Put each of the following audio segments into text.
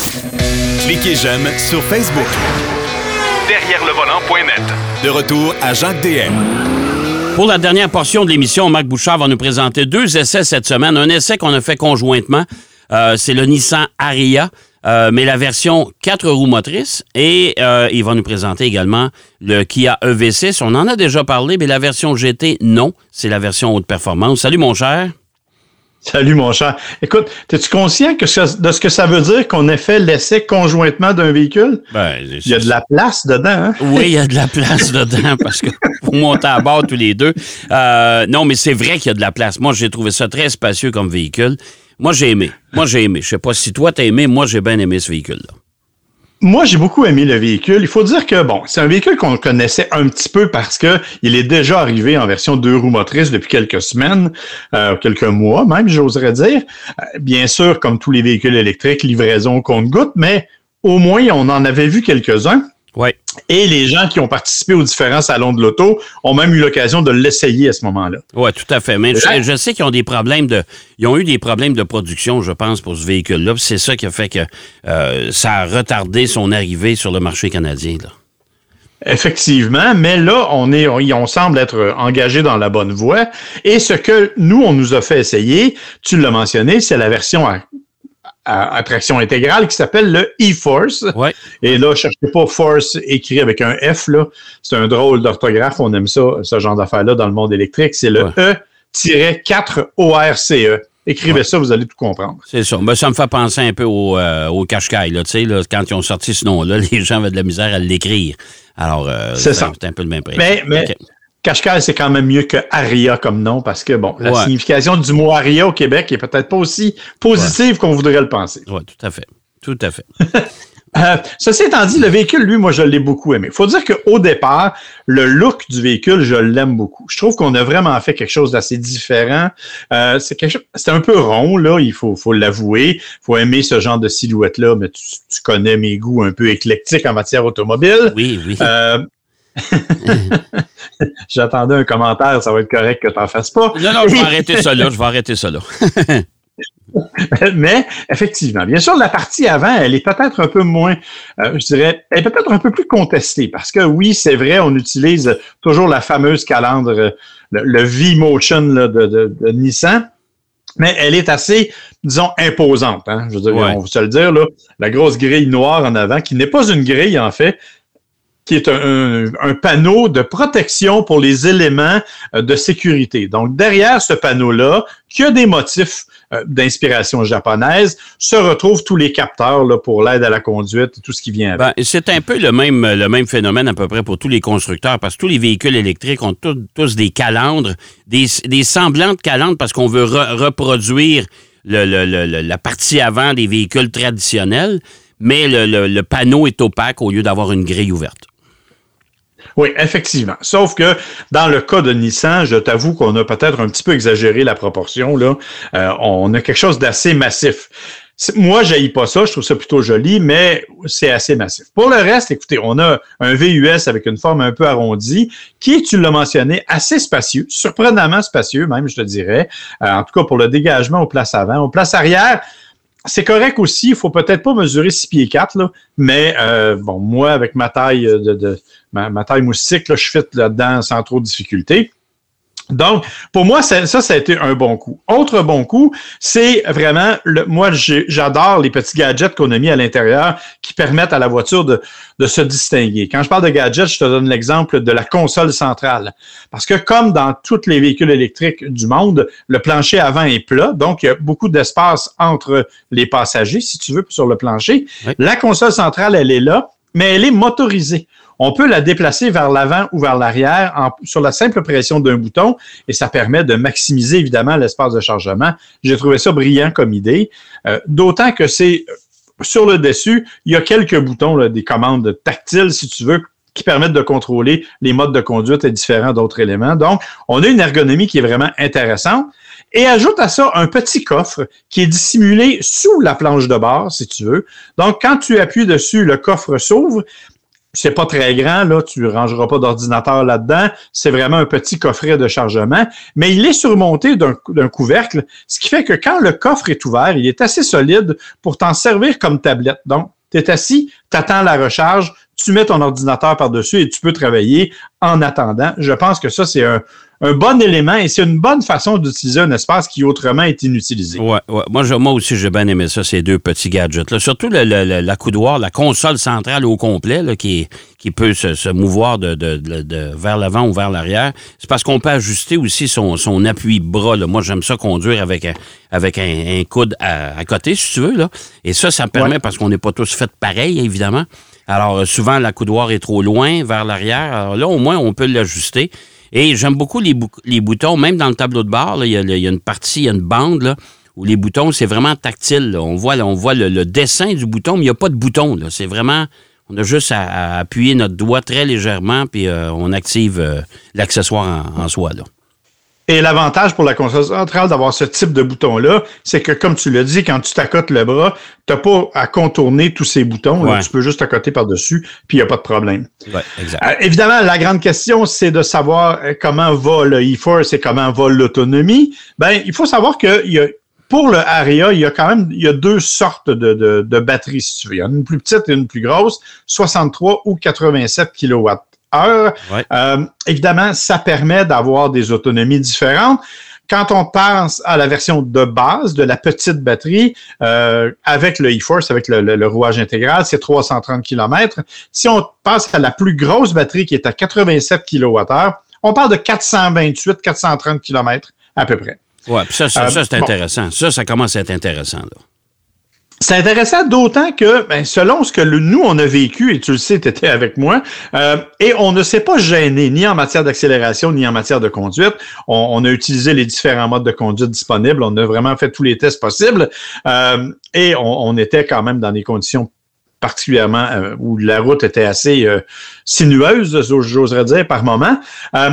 Cliquez j'aime sur Facebook. Derrière le volant.net. De retour à Jacques DM. Pour la dernière portion de l'émission, Marc Bouchard va nous présenter 2 essais cette semaine. Un essai qu'on a fait conjointement, c'est le Nissan Ariya, mais la version 4 roues motrices. Et il va nous présenter également le Kia EV6. On en a déjà parlé, mais la version GT, non. C'est la version haute performance. Salut, mon cher. Salut, mon cher. Écoute, es-tu conscient de ce que ça veut dire qu'on ait fait l'essai conjointement d'un véhicule? Il y a de la place dedans, hein? Oui, il y a de la place dedans parce que pour monter à bord tous les deux. Non, mais c'est vrai qu'il y a de la place. Moi, j'ai trouvé ça très spacieux comme véhicule. Moi, j'ai aimé. Je sais pas si toi, t'as aimé. Moi, j'ai bien aimé ce véhicule-là. Moi, j'ai beaucoup aimé le véhicule. Il faut dire que, c'est un véhicule qu'on connaissait un petit peu parce que il est déjà arrivé en version 2 roues motrices depuis quelques semaines, quelques mois même, j'oserais dire. Bien sûr, comme tous les véhicules électriques, livraison au compte-gouttes, mais au moins, on en avait vu quelques-uns. Ouais. Et les gens qui ont participé aux différents salons de l'auto ont même eu l'occasion de l'essayer à ce moment-là. Oui, tout à fait. Mais je sais qu'ils ont des problèmes ils ont eu des problèmes de production, je pense, pour ce véhicule-là. C'est ça qui a fait que ça a retardé son arrivée sur le marché canadien, là. Effectivement, mais là, on semble être engagé dans la bonne voie. Et ce que on nous a fait essayer, tu l'as mentionné, c'est la version à traction intégrale qui s'appelle le e-Force. Ouais. Et là, cherchez pas Force écrit avec un F, là. C'est un drôle d'orthographe. On aime ça, ce genre d'affaires-là dans le monde électrique. C'est le E-4ORCE. Écrivez ça, vous allez tout comprendre. C'est ça. Ben, ça me fait penser un peu au Qashqai, là. Tu sais, là, quand ils ont sorti ce nom-là, les gens avaient de la misère à l'écrire. Alors, c'est un peu le même principe. Mais okay. Qashqai, c'est quand même mieux que Ariya comme nom parce que, la signification du mot Ariya au Québec est peut-être pas aussi positive qu'on voudrait le penser. Oui, tout à fait. Tout à fait. Ceci étant dit, le véhicule, lui, moi, je l'ai beaucoup aimé. Il faut dire qu'au départ, le look du véhicule, je l'aime beaucoup. Je trouve qu'on a vraiment fait quelque chose d'assez différent. C'est un peu rond, là, il faut l'avouer. Il faut aimer ce genre de silhouette-là, mais tu connais mes goûts un peu éclectiques en matière automobile. Oui. J'attendais un commentaire, ça va être correct que tu n'en fasses pas. Non, je vais arrêter ça là. Mais, effectivement, bien sûr, la partie avant, elle est peut-être un peu moins, elle est peut-être un peu plus contestée parce que oui, c'est vrai, on utilise toujours la fameuse calandre, le V-Motion là, de Nissan. Mais elle est assez, disons, imposante. Hein? Je veux dire, on va se le dire, là, la grosse grille noire en avant, qui n'est pas une grille, en fait, qui est un panneau de protection pour les éléments de sécurité. Donc, derrière ce panneau-là, qui a des motifs d'inspiration japonaise, se retrouvent tous les capteurs là, pour l'aide à la conduite et tout ce qui vient avec. C'est un peu le même phénomène à peu près pour tous les constructeurs, parce que tous les véhicules électriques ont tous des calandres, des semblants de calandres, parce qu'on veut reproduire la partie avant des véhicules traditionnels, mais le panneau est opaque au lieu d'avoir une grille ouverte. Oui, effectivement. Sauf que dans le cas de Nissan, je t'avoue qu'on a peut-être un petit peu exagéré la proportion, là. On a quelque chose d'assez massif. Moi, j'haïs pas ça, je trouve ça plutôt joli, mais c'est assez massif. Pour le reste, écoutez, on a un VUS avec une forme un peu arrondie, qui est, tu l'as mentionné, assez spacieux, surprenamment spacieux même, je te dirais. En tout cas, pour le dégagement aux places avant. Aux places arrière, c'est correct aussi, il faut peut-être pas mesurer 6 pieds 4, là, mais moi, avec ma taille ma taille moustique, là, je fit là-dedans sans trop de difficulté. Donc, pour moi, ça a été un bon coup. Autre bon coup, c'est vraiment, moi, j'adore les petits gadgets qu'on a mis à l'intérieur qui permettent à la voiture de se distinguer. Quand je parle de gadgets, je te donne l'exemple de la console centrale. Parce que comme dans tous les véhicules électriques du monde, le plancher avant est plat, donc il y a beaucoup d'espace entre les passagers, si tu veux, sur le plancher. Oui. La console centrale, elle est là, mais elle est motorisée. On peut la déplacer vers l'avant ou vers l'arrière sur la simple pression d'un bouton et ça permet de maximiser évidemment l'espace de chargement. J'ai trouvé ça brillant comme idée, d'autant que c'est sur le dessus, il y a quelques boutons, là, des commandes tactiles si tu veux, qui permettent de contrôler les modes de conduite et différents d'autres éléments. Donc, on a une ergonomie qui est vraiment intéressante. Et ajoute à ça un petit coffre qui est dissimulé sous la planche de bord, si tu veux. Donc, quand tu appuies dessus, le coffre s'ouvre. c'est pas très grand, là, tu rangeras pas d'ordinateur là-dedans. C'est vraiment un petit coffret de chargement, mais il est surmonté d'un couvercle, ce qui fait que quand le coffre est ouvert, il est assez solide pour t'en servir comme tablette. Donc, tu es assis, tu attends la recharge, tu mets ton ordinateur par-dessus et tu peux travailler en attendant. Je pense que ça, c'est un bon élément et c'est une bonne façon d'utiliser un espace qui autrement est inutilisé. Ouais. Moi aussi, j'ai bien aimé ça, ces deux petits gadgets-là. Surtout l'accoudoir, la console centrale au complet, là, qui peut se mouvoir de vers l'avant ou vers l'arrière. C'est parce qu'on peut ajuster aussi son appui-bras. Là. Moi, j'aime ça conduire avec un coude à côté, si tu veux. Là. Et ça permet, parce qu'on n'est pas tous faits pareil, évidemment. Alors, souvent, l'accoudoir est trop loin vers l'arrière. Alors là, au moins, on peut l'ajuster. Et j'aime beaucoup les boutons, même dans le tableau de bord, là, il y a une partie, il y a une bande là, où les boutons, c'est vraiment tactile. Là. On voit le dessin du bouton, mais il n'y a pas de bouton. Là. C'est vraiment, on a juste à appuyer notre doigt très légèrement, puis on active l'accessoire en soi. Là. Et l'avantage pour la console centrale d'avoir ce type de bouton-là, c'est que, comme tu l'as dit, quand tu t'accotes le bras, tu n'as pas à contourner tous ces boutons. Ouais. Là, tu peux juste t'accoter par-dessus, puis il n'y a pas de problème. Ouais, exact. Évidemment, la grande question, c'est de savoir comment va le e-Force et comment va l'autonomie. Ben, il faut savoir que pour le Aria, il y a deux sortes de batteries, si tu veux. Il y en a une plus petite et une plus grosse, 63 ou 87 kWh. Ouais. Évidemment, ça permet d'avoir des autonomies différentes. Quand on pense à la version de base de la petite batterie, avec le e-Force, avec le rouage intégral, c'est 330 km. Si on passe à la plus grosse batterie qui est à 87 kWh, on parle de 428-430 km à peu près. Oui, puis ça c'est intéressant. Bon. Ça commence à être intéressant, là. C'est intéressant, d'autant que, selon ce que nous, on a vécu, et tu le sais, tu étais avec moi, et on ne s'est pas gêné, ni en matière d'accélération, ni en matière de conduite. On a utilisé les différents modes de conduite disponibles. On a vraiment fait tous les tests possibles. Et on était quand même dans des conditions particulièrement où la route était assez sinueuse, j'oserais dire, par moment.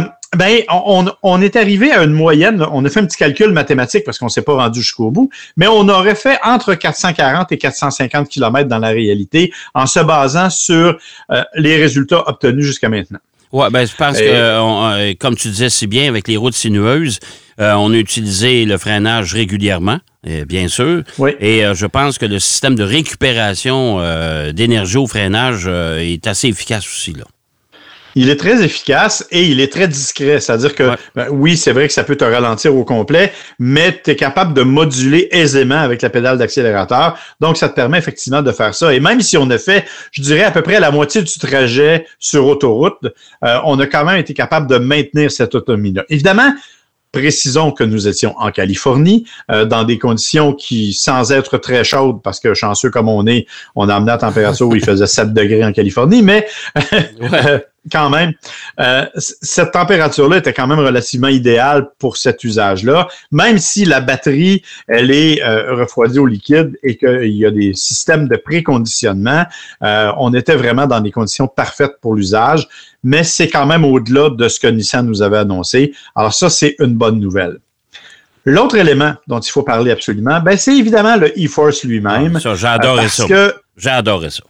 On est arrivé à une moyenne, on a fait un petit calcul mathématique parce qu'on ne s'est pas rendu jusqu'au bout, mais on aurait fait entre 440 et 450 km dans la réalité en se basant sur les résultats obtenus jusqu'à maintenant. Oui, je pense que, comme tu disais si bien, avec les routes sinueuses, on a utilisé le freinage régulièrement, bien sûr. Oui. Et je pense que le système de récupération d'énergie au freinage est assez efficace aussi, là. Il est très efficace et il est très discret. C'est-à-dire que, oui, c'est vrai que ça peut te ralentir au complet, mais tu es capable de moduler aisément avec la pédale d'accélérateur. Donc, ça te permet effectivement de faire ça. Et même si on a fait, je dirais, à peu près la moitié du trajet sur autoroute, on a quand même été capable de maintenir cette autonomie-là. Évidemment, précisons que nous étions en Californie, dans des conditions qui, sans être très chaudes, parce que chanceux comme on est, on a amené la température où il faisait 7 degrés en Californie, mais quand même, cette température-là était quand même relativement idéale pour cet usage-là, même si la batterie, elle est refroidie au liquide et qu'il y a des systèmes de préconditionnement, on était vraiment dans des conditions parfaites pour l'usage, mais c'est quand même au-delà de ce que Nissan nous avait annoncé. Alors ça, c'est une bonne nouvelle. L'autre élément dont il faut parler absolument, c'est évidemment le e-Force lui-même. Ça, j'ai adoré ça. J'ai adoré ça.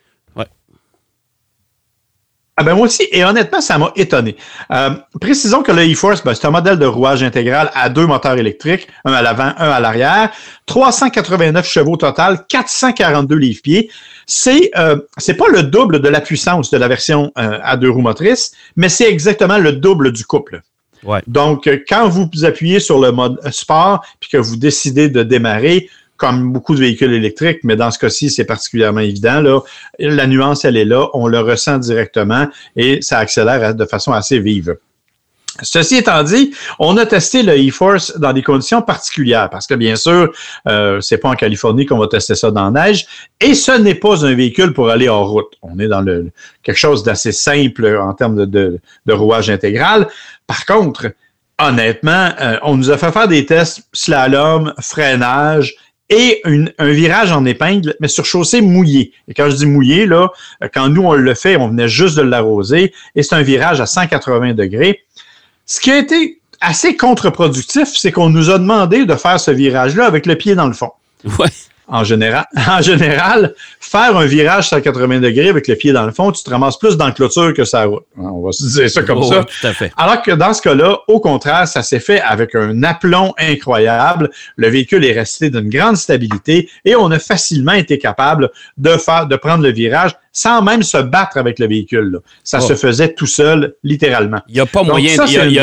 Moi aussi, et honnêtement, ça m'a étonné. Précisons que le e-Force, c'est un modèle de rouage intégral à 2 moteurs électriques, un à l'avant, un à l'arrière, 389 chevaux total, 442 livres-pieds. C'est pas le double de la puissance de la version à 2 roues motrices, mais c'est exactement le double du couple. Ouais. Donc, quand vous appuyez sur le mode sport, puis que vous décidez de démarrer, comme beaucoup de véhicules électriques, mais dans ce cas-ci, c'est particulièrement évident. Là, la nuance, elle est là, on le ressent directement et ça accélère de façon assez vive. Ceci étant dit, on a testé le e-Force dans des conditions particulières parce que, bien sûr, c'est pas en Californie qu'on va tester ça dans la neige et ce n'est pas un véhicule pour aller en route. On est dans quelque chose d'assez simple en termes de rouage intégral. Par contre, honnêtement, on nous a fait faire des tests slalom, freinage et un virage en épingle, mais sur chaussée mouillée. Et quand je dis mouillé, là, quand nous, on le fait, on venait juste de l'arroser, et c'est un virage à 180 degrés. Ce qui a été assez contre-productif, c'est qu'on nous a demandé de faire ce virage-là avec le pied dans le fond. Ouais. En général, faire un virage 180 degrés avec le pied dans le fond, tu te ramasses plus dans la clôture que ça route. On va se dire ça comme ça. Tout à fait. Alors que dans ce cas-là, au contraire, ça s'est fait avec un aplomb incroyable. Le véhicule est resté d'une grande stabilité et on a facilement été capable de prendre le virage sans même se battre avec le véhicule. Là. Ça se faisait tout seul, littéralement. Il n'y a pas moyen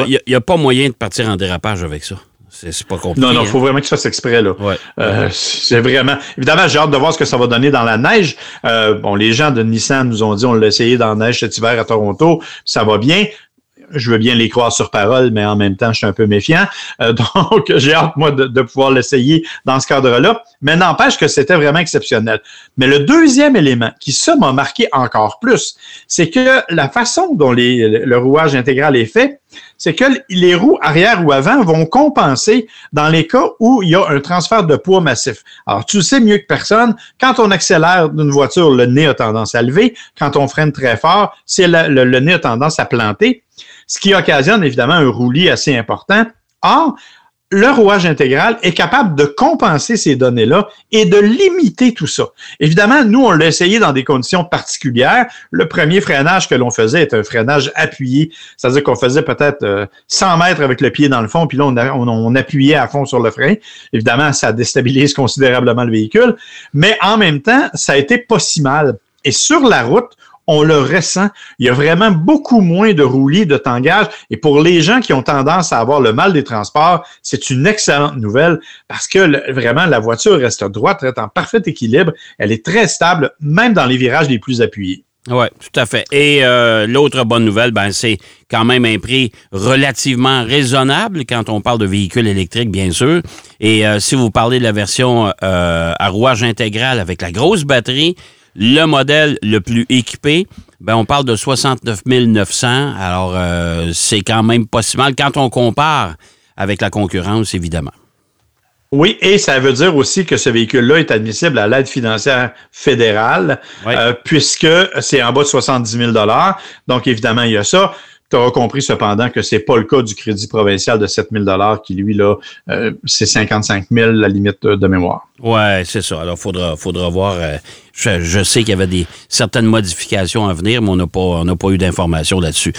de partir en dérapage avec ça. C'est pas compliqué. Non, il faut vraiment que tu fasses exprès, là. Ouais. C'est vraiment... Évidemment, j'ai hâte de voir ce que ça va donner dans la neige. Les gens de Nissan nous ont dit, on l'a essayé dans la neige cet hiver à Toronto, ça va bien. Je veux bien les croire sur parole, mais en même temps, je suis un peu méfiant. Donc, j'ai hâte, moi, de pouvoir l'essayer dans ce cadre-là. Mais n'empêche que c'était vraiment exceptionnel. Mais le deuxième élément qui, ça, m'a marqué encore plus, c'est que la façon dont le rouage intégral est fait, c'est que les roues arrière ou avant vont compenser dans les cas où il y a un transfert de poids massif. Alors, tu le sais mieux que personne, quand on accélère d'une voiture, le nez a tendance à lever. Quand on freine très fort, le nez a tendance à planter, ce qui occasionne évidemment un roulis assez important. Or, le rouage intégral est capable de compenser ces données-là et de limiter tout ça. Évidemment, nous, on l'a essayé dans des conditions particulières. Le premier freinage que l'on faisait est un freinage appuyé, c'est-à-dire qu'on faisait peut-être 100 mètres avec le pied dans le fond, puis là, on appuyait à fond sur le frein. Évidemment, ça déstabilise considérablement le véhicule, mais en même temps, ça a été pas si mal. Et sur la route, on le ressent. Il y a vraiment beaucoup moins de roulis, de tangage. Et pour les gens qui ont tendance à avoir le mal des transports, c'est une excellente nouvelle parce que vraiment, la voiture reste droite, reste en parfait équilibre. Elle est très stable, même dans les virages les plus appuyés. Oui, tout à fait. Et l'autre bonne nouvelle, c'est quand même un prix relativement raisonnable quand on parle de véhicules électriques, bien sûr. Et si vous parlez de la version à rouage intégral avec la grosse batterie, le modèle le plus équipé, on parle de 69 900. Alors, c'est quand même pas si mal quand on compare avec la concurrence, évidemment. Oui, et ça veut dire aussi que ce véhicule-là est admissible à l'aide financière fédérale, puisque c'est en bas de 70 000 $. Donc, évidemment, il y a ça. Tu auras compris cependant que c'est pas le cas du crédit provincial de 7 000 $ qui, lui, là, c'est 55 000 la limite de mémoire. Oui, c'est ça. Alors, faudra voir. Je sais qu'il y avait certaines modifications à venir, mais on n'a pas eu d'informations là-dessus.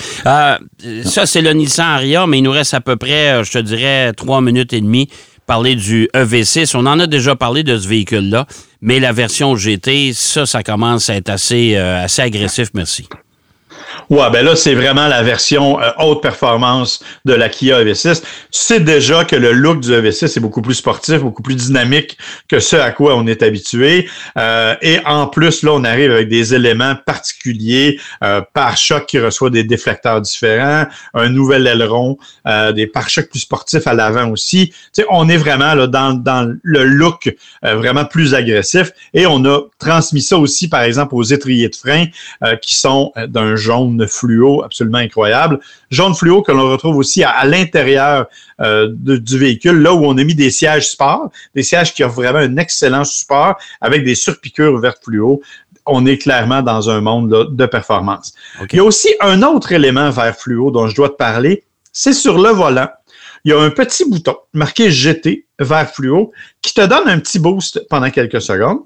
Ça, c'est le Nissan Ariya, mais il nous reste à peu près, je te dirais, 3 minutes et demie parler du EV6. On en a déjà parlé de ce véhicule-là, mais la version GT, ça commence à être assez agressif, merci. Ouais, là, c'est vraiment la version haute performance de la Kia EV6. Tu sais déjà que le look du EV6 est beaucoup plus sportif, beaucoup plus dynamique que ce à quoi on est habitué. Et en plus, là, on arrive avec des éléments particuliers, pare-chocs qui reçoit des déflecteurs différents, un nouvel aileron, des pare-chocs plus sportifs à l'avant aussi. Tu sais, on est vraiment là dans le look vraiment plus agressif. Et on a transmis ça aussi, par exemple, aux étriers de frein qui sont d'un jaune fluo absolument incroyable. Jaune fluo que l'on retrouve aussi à l'intérieur du véhicule, là où on a mis des sièges sport, des sièges qui offrent vraiment un excellent support avec des surpiqûres vertes fluo. On est clairement dans un monde là, de performance. Okay. Il y a aussi un autre élément vert fluo dont je dois te parler, c'est sur le volant. Il y a un petit bouton marqué GT vert fluo qui te donne un petit boost pendant quelques secondes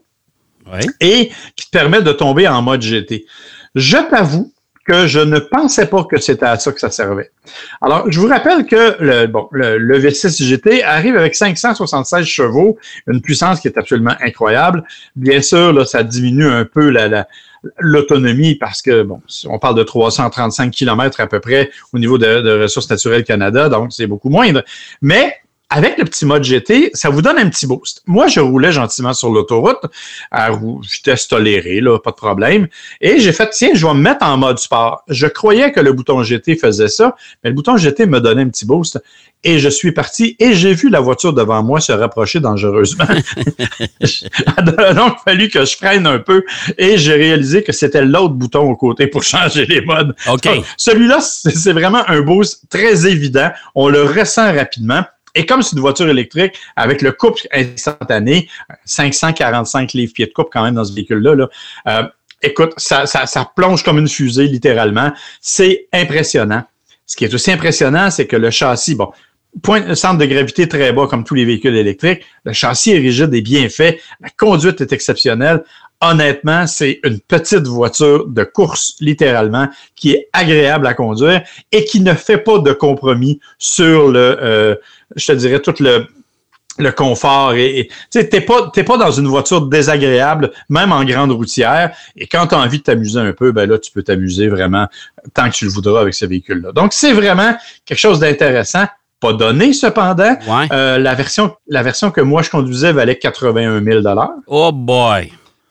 et qui te permet de tomber en mode GT. Je t'avoue que je ne pensais pas que c'était à ça que ça servait. Alors, je vous rappelle que le V6 GT arrive avec 576 chevaux, une puissance qui est absolument incroyable. Bien sûr, là, ça diminue un peu l'autonomie parce que, on parle de 335 km à peu près au niveau de Ressources naturelles Canada, donc c'est beaucoup moindre. Mais avec le petit mode GT, ça vous donne un petit boost. Moi, je roulais gentiment sur l'autoroute à vitesse tolérée, là, pas de problème. Et j'ai fait, tiens, je vais me mettre en mode sport. Je croyais que le bouton GT faisait ça, mais le bouton GT me donnait un petit boost. Et je suis parti et j'ai vu la voiture devant moi se rapprocher dangereusement. Il a donc fallu que je freine un peu et j'ai réalisé que c'était l'autre bouton au côté pour changer les modes. Okay. Donc, celui-là, c'est vraiment un boost très évident. On le ressent rapidement. Et comme c'est une voiture électrique, avec le couple instantané, 545 livres-pieds de couple quand même dans ce véhicule-là, écoute, ça plonge comme une fusée, littéralement. C'est impressionnant. Ce qui est aussi impressionnant, c'est que le châssis, centre de gravité très bas comme tous les véhicules électriques. Le châssis est rigide et bien fait. La conduite est exceptionnelle. Honnêtement, c'est une petite voiture de course, littéralement, qui est agréable à conduire et qui ne fait pas de compromis sur je te dirais, tout le confort. Tu sais, t'es pas dans une voiture désagréable, même en grande routière. Et quand tu as envie de t'amuser un peu, ben là, tu peux t'amuser vraiment tant que tu le voudras avec ce véhicule-là. Donc, c'est vraiment quelque chose d'intéressant. Pas donné, cependant. Ouais. La version que moi, je conduisais valait 81 000 $. Oh boy!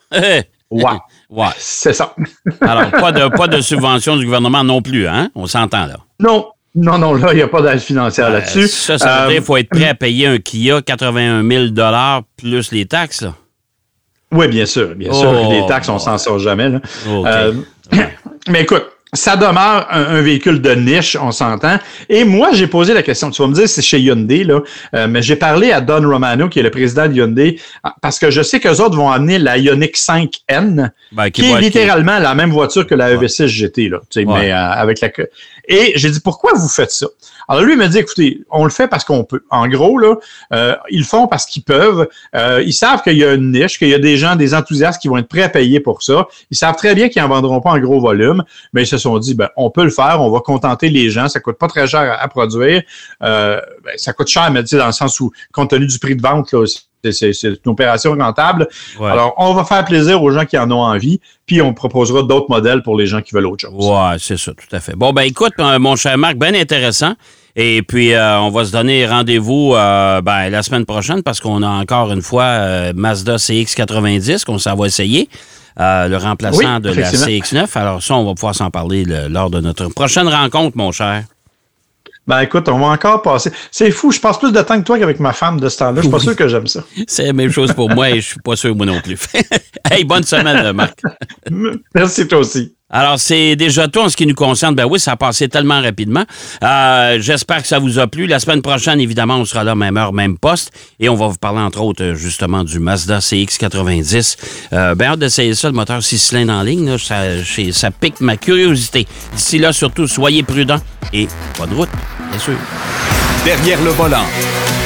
Ouais. C'est ça. Alors, pas de subvention du gouvernement non plus, hein? On s'entend, là. Non, là, il n'y a pas d'aide financière là-dessus. Ça veut dire qu'il faut être prêt à payer un Kia 81 000 $, plus les taxes, là? Oui, bien sûr. Les taxes, on s'en sort jamais, là. Okay. Mais écoute, ça demeure un véhicule de niche, on s'entend. Et moi, j'ai posé la question. Tu vas me dire, c'est chez Hyundai, là. Mais j'ai parlé à Don Romano, qui est le président de Hyundai, parce que je sais qu'eux autres vont amener la Ioniq 5N, qui est littéralement la même voiture que la EV6 GT, là. Tu sais, mais avec la... Et j'ai dit, pourquoi vous faites ça? Alors lui, il m'a dit, écoutez, on le fait parce qu'on peut. En gros, là, ils le font parce qu'ils peuvent. Ils savent qu'il y a une niche, qu'il y a des enthousiastes qui vont être prêts à payer pour ça. Ils savent très bien qu'ils n'en vendront pas en gros volume, mais ils se sont dit, on peut le faire, on va contenter les gens, ça coûte pas très cher à produire. Ça coûte cher, mais dans le sens où, compte tenu du prix de vente, là, c'est une opération rentable. Ouais. Alors, on va faire plaisir aux gens qui en ont envie, puis on proposera d'autres modèles pour les gens qui veulent autre chose. Oui, c'est ça, tout à fait. Bon, écoute, mon cher Marc, bien intéressant. Et puis, on va se donner rendez-vous la semaine prochaine parce qu'on a encore une fois Mazda CX-90 qu'on s'en va essayer. Le remplaçant de la CX-9. Alors ça, on va pouvoir s'en parler lors de notre prochaine rencontre, mon cher. Écoute, on va encore passer. C'est fou, je passe plus de temps que toi qu'avec ma femme de ce temps-là. Je suis pas sûr que j'aime ça. C'est la même chose pour moi et je suis pas sûr moi non plus. Hey, bonne semaine, Marc. Merci, toi aussi. Alors, c'est déjà tout en ce qui nous concerne. Oui, ça a passé tellement rapidement. J'espère que ça vous a plu. La semaine prochaine, évidemment, on sera là, même heure, même poste. Et on va vous parler, entre autres, justement, du Mazda CX-90. Hâte d'essayer ça, le moteur 6 cylindres en ligne. Là, ça pique ma curiosité. D'ici là, surtout, soyez prudents et bonne route, bien sûr. Derrière le volant.